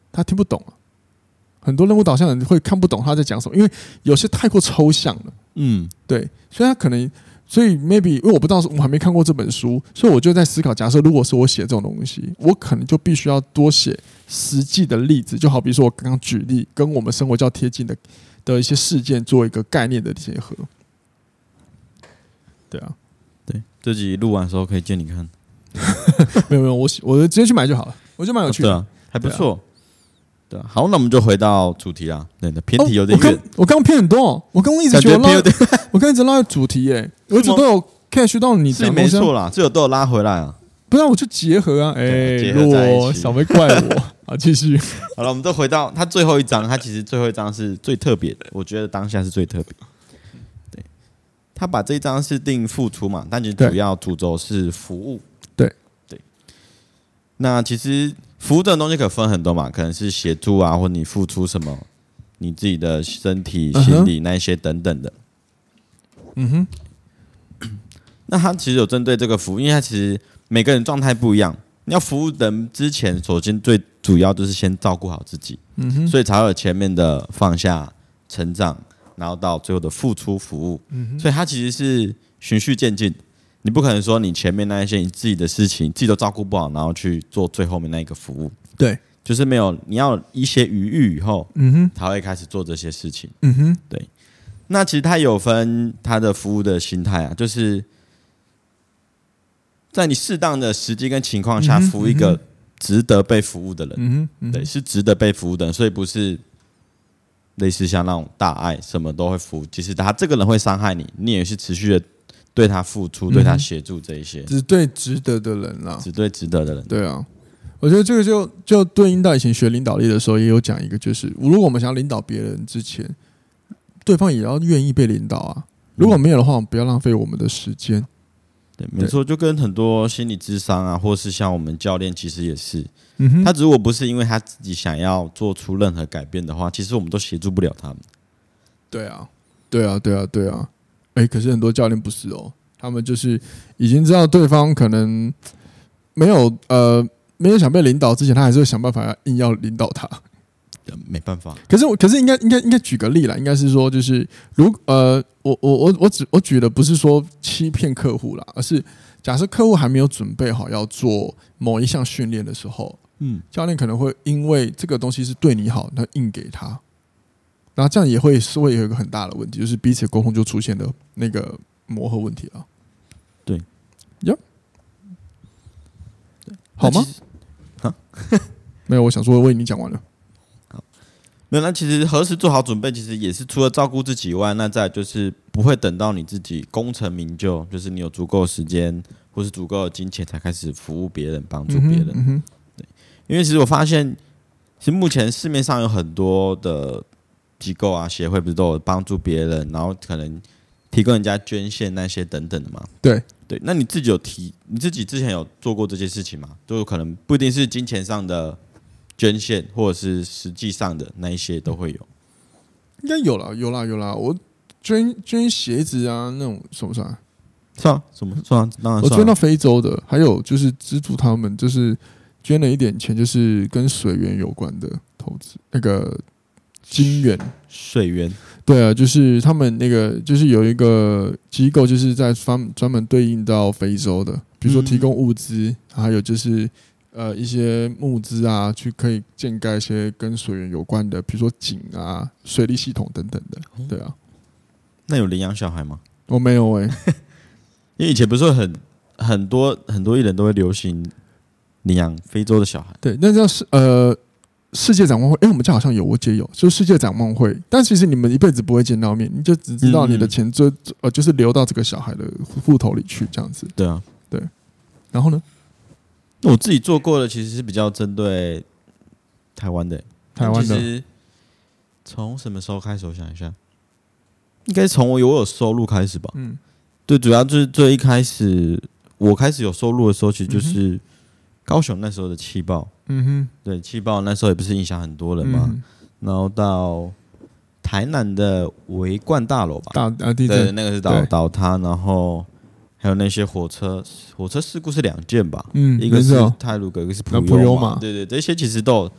他听不懂啊。很多任务导向的人会看不懂他在讲什么，因为有些太过抽象了。嗯，对，所以他可能，所以 maybe 因为我不知道，我还没看过这本书，所以我就在思考，假设如果是我写这种东西，我可能就必须要多写实际的例子，就好比说我刚刚举例，跟我们生活较贴近的的一些事件做一个概念的结合。对啊， 对，这集录完的时候可以借你看。 没有没有，我我直接去买就好了，我就蛮有趣的， 对啊，还不错。对、啊，好，那我们就回到主题啦。对的，偏题有点远、哦。 我刚刚偏很多、哦，我刚刚一直觉得拉，我刚一直拉主题耶、欸，我一直都有 catch 到你讲的，是没错啦，这有都有拉回来啊。 不然我就结合啊，哎、欸，结合在一起，少没怪我。好，继续。 好了，我们都回到他最后一章，他其实最后一章是最特别的，我觉得当下是最特别。对，他把这一章是定付出嘛，但其实主要主轴是服务。 对对。那其实。服务这种东西可分很多嘛，可能是协助啊，或你付出什么，你自己的身体、心理那一些等等的。嗯哼。那他其实有针对这个服务，因为他其实每个人状态不一样。你要服务人之前，首先最主要就是先照顾好自己。嗯哼。所以才会有前面的放下、成长，然后到最后的付出服务。嗯哼。所以他其实是循序渐进。你不可能说你前面那一些你自己的事情自己都照顾不好，然后去做最后面那一个服务。 对， 就是没有你要一些余裕以后，嗯哼，才会开始做这些事情。嗯哼，对。那其实他有分他的服务的心态啊，就是在你适当的时机跟情况下，服务一个值得被服务的人。嗯哼，嗯哼对，是值得被服务的人，所以不是类似像那种大爱什么都会服务，即使他这个人会伤害你，你也是持续的。对他付出，对他协助这一些， 只对值得的人啦， 只对值得的人。 对啊，我觉得这个就就对应到以前学领导力的时候，也有讲一个，就是如果我们想要领导别人之前，对方也要愿意被领导啊。如果没有的话，我们不要浪费我们的时间。 对，没错，就跟很多心理諮商啊，或是像我们教练，其实也是，嗯哼，他如果不是因为他自己想要做出任何改变的话，其实我们都协助不了他们。 对啊，对啊，对啊，对啊。哎、欸，可是很多教练不是哦，他们就是已经知道对方可能没有呃没有想被领导之前，他还是会想办法硬要领导他。 没办法。 可是我可是应该应该应该举个例啦，应该是说就是如呃我我我我只我举的不是说欺骗客户啦，而是假设客户还没有准备好要做某一项训练的时候，嗯，教练可能会因为这个东西是对你好，那硬给他。然后这样也会是会有一个很大的问题，就是彼此沟通就出现了那个磨合问题了。 对， 呀，好吗？啊，没有，我想说为你讲完了。 好，没有。那其实何时做好准备，其实也是除了照顾自己以外，那再来就是不会等到你自己功成名就，就是你有足够的时间或是足够的金钱才开始服务别人、帮助别人。嗯嗯、对，因为其实我发现，其实目前市面上有很多的机构啊、协会，不是都有帮助别人，然后可能提供人家捐献那些等等的嘛？ 对对，那你自己有提，你自己之前有做过这些事情吗？就有可能不一定是金钱上的捐献，或者是实际上的那一些都会有。 应该有啦，有啦，有啦。我捐捐鞋子啊，那种算不算？ 算啊，什么算啊？当然算啊。 我捐到非洲的，还有就是资助他们，就是捐了一点钱，就是跟水源有关的投资，那个金源水源。 对啊，就是他们那个，就是有一个机构，就是在专专门对应到非洲的，比如说提供物资，嗯、还有就是呃一些募资啊，去可以建盖一些跟水源有关的，比如说井啊、水利系统等等的。对啊， 那有领养小孩吗？ 我没有哎、欸， 因为以前不是很很多很多艺人都会流行领养非洲的小孩。 对，那叫是呃。世界展望会，哎、欸，我们家好像有，我姐有，就是世界展望会。但其实你们一辈子不会见到面，你就只知道你的钱就、嗯、呃就是流到这个小孩的户头里去，这样子。 对啊， 对。然后呢？ 我自己做过的其实是比较针对台湾的、欸， 台湾的。 其实从什么时候开始？我想一下，应该从我有我有收入开始吧。嗯，对，主要就是最一开始我开始有收入的时候，其实就是高雄那时候的气爆。嗯哼，对，气爆那时候也不是影响很多人嘛，嗯、然后到台南的维冠大楼吧， 大啊地震， 对，那个是倒倒塌，然后还有那些火车火车事故是两件吧，嗯，一个是太鲁阁，一个是普悠嘛，对对，这些其实都有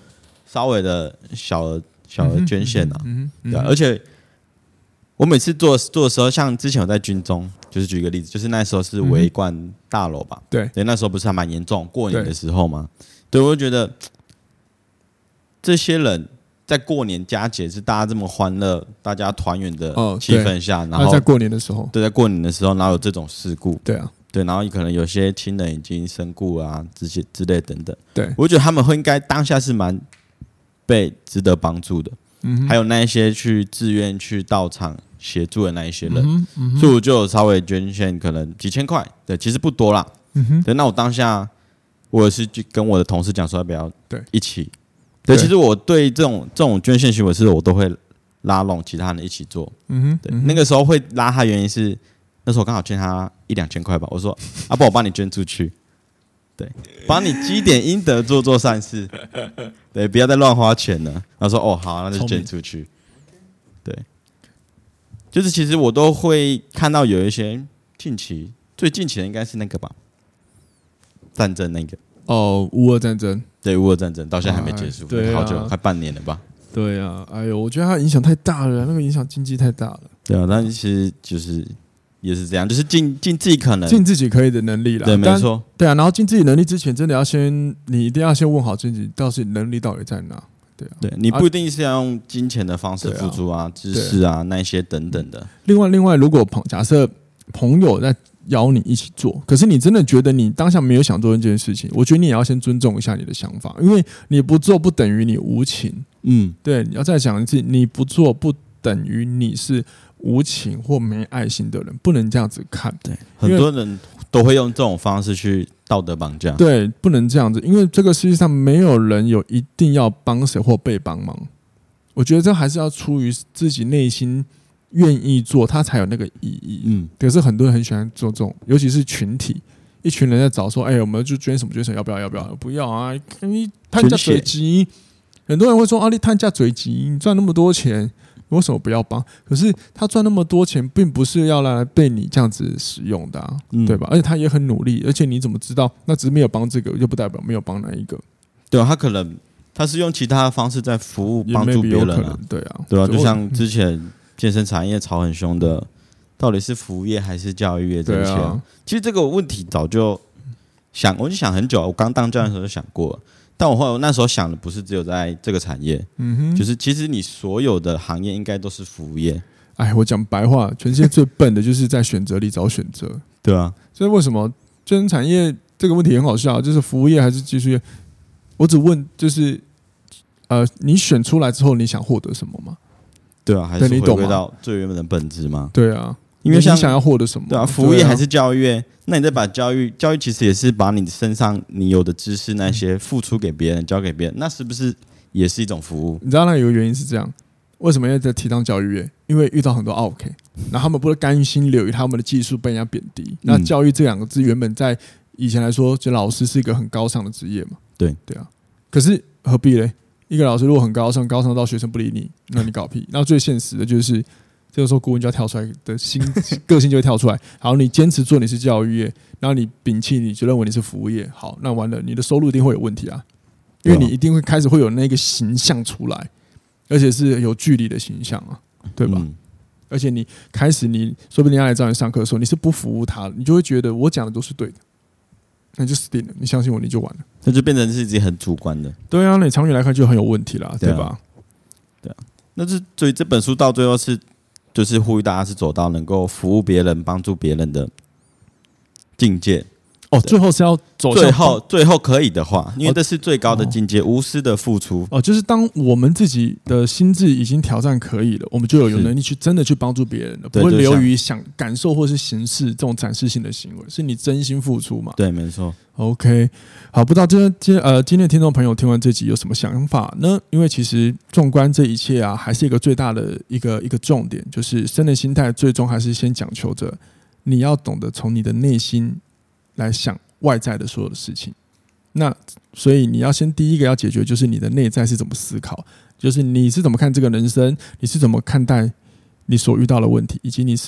稍微的小额小额捐献啊， 嗯嗯嗯、 对、啊，而且我每次做做的时候，像之前我在军中，就是举一个例子，就是那时候是围观大楼吧， 嗯、对， 对，那时候不是还蛮严重，过年的时候嘛，对，我就觉得这些人在过年佳节是大家这么欢乐、大家团圆的气氛下， 哦、 然后在过年的时候， 对，在过年的时候，哪有这种事故？ 对啊。 对，然后可能有些亲人已经身故啊，这些之类等等。 对， 我觉得他们会应该当下是蛮被值得帮助的。嗯，还有那一些去自愿去到场协助的那一些人，嗯嗯、所以我就有稍微捐献，可能几千块，对，其实不多啦。嗯哼，对，那我当下我也是跟我的同事讲说要不要对一起。对，其实我对这种这种捐献行为是我都会拉拢其他人一起做。嗯哼，对，嗯、那个时候会拉他原因是。那时候我刚好捐他一两千块吧，我说啊，不，我帮你捐出去，对，帮你积点阴德，做做善事，对，不要再乱花钱了。然后说哦，好，那就捐出去，对，就是其实我都会看到有一些近期最近期的应该是那个吧，战争那个哦，乌俄战争， 对，乌俄战争到现在还没结束，对、啊，好久，快半年了吧？ 对啊，哎呦，我觉得它影响太大了，那个影响经济太大了。 对啊，但其实就是也是这样，就是尽尽自己可能， 尽自己可以的能力啦。 对，没错。 对啊，然后尽自己能力之前，真的要先，你一定要先问好自己，到底能力到底在哪？对啊， 对你不一定是要用金钱的方式付出啊，啊知识啊，那一些等等的。 另外，另外，如果假设朋友在邀你一起做，可是你真的觉得你当下没有想做这件事情，我觉得你也要先尊重一下你的想法，因为你不做不等于你无情。嗯，对，你要再想一次，你不做不等于你是无情或没爱心的人，不能这样子看。 对，很多人都会用这种方式去道德绑架。 对，不能这样子，因为这个世界上没有人有一定要帮谁或被帮忙。我觉得这还是要出于自己内心愿意做，他才有那个意义。嗯，可是很多人很喜欢做这种，尤其是群体，一群人在找说，哎、欸，我们就捐什么捐什么，要不要？要不要？不要啊！你探价嘴急，很多人会说啊，你探价嘴急，你赚那么多钱。为什么不要帮？可是他赚那么多钱，并不是要来被你这样子使用的、啊嗯，对吧？而且他也很努力，而且你怎么知道？那只是没有帮这个，就不代表没有帮哪一个。 对啊，他可能他是用其他的方式在服务帮助别人啊。 对啊， 对啊，就像之前健身产业吵很凶的，到底是服务业还是教育业这些、啊？其实这个问题早就想，我就想很久。我刚当教练的时候就想过了。但我后来那时候想的不是只有在这个产业，嗯哼，就是其实你所有的行业应该都是服务业。 哎，我讲白话，全世界最笨的就是在选择里找选择， 对啊。 所以为什么健身产业这个问题很好笑，就是服务业还是技术业？我只问就是，呃，你选出来之后，你想获得什么吗？ 对啊，还是回归到最原本的本质嘛。 对啊。因为你想要获得什么？ 对啊，服务业还是教育业？那你再把教育，教育其实也是把你身上你有的知识那些付出给别人，交给别人，那是不是也是一种服务？ 你知道那有个原因是这样，为什么要在提倡教育业？因为遇到很多 OK， 然后他们不会甘心流于他们的技术被人家贬低。那教育这两个字原本在以前来说，就老师是一个很高尚的职业嘛。 对对啊，可是何必嘞？一个老师如果很高尚，高尚到学生不理你，那你搞屁？然后最现实的就是。这个时候，顾问就要跳出来的心个性就会跳出来。好，你坚持做你是教育业，然后你摒弃你就认为你是服务业，好，那完了，你的收入一定会有问题啊，因为你一定会开始会有那个形象出来，而且是有距离的形象啊，对吧？嗯、而且你开始，你说不定要来找你上课的时候，你是不服务他，你就会觉得我讲的都是对的，那就死定了。你相信我，你就完了， 那就变成是自己很主观的。 对啊，那你长远来看就很有问题啦，对吧？ 对啊，那是所以这本书到最后是。就是呼吁大家是走到能够服务别人、帮助别人的境界哦。最后是要走最后最后可以的话，因为这是最高的境界，哦、无私的付出哦。就是当我们自己的心智已经挑战可以了，我们就有有能力去真的去帮助别人了，不会流于想感受或是形式这种展示性的行为，是你真心付出嘛？ 对，没错。 OK， 好，不知道今今呃今天的听众朋友听完这集有什么想法呢？因为其实纵观这一切啊，还是一个最大的一个一个重点，就是生的心态，最终还是先讲求着你要懂得从你的内心来想外在的所有的事情。那所以你要先第一个要解决，就是你的内在是怎么思考，就是你是怎么看这个人生，你是怎么看待你所遇到的问题，以及你是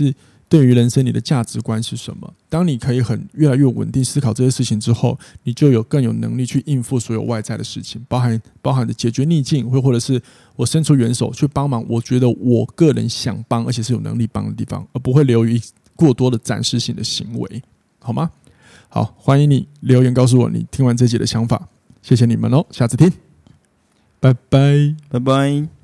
对于人生你的价值观是什么？当你可以很越来越稳定思考这些事情之后，你就有更有能力去应付所有外在的事情，包含包含的解决逆境，或或者是我伸出援手去帮忙。我觉得我个人想帮，而且是有能力帮的地方，而不会流于过多的展示性的行为，好吗？好，欢迎你留言告诉我你听完这集的想法，谢谢你们哦，下次听，拜拜， 拜拜。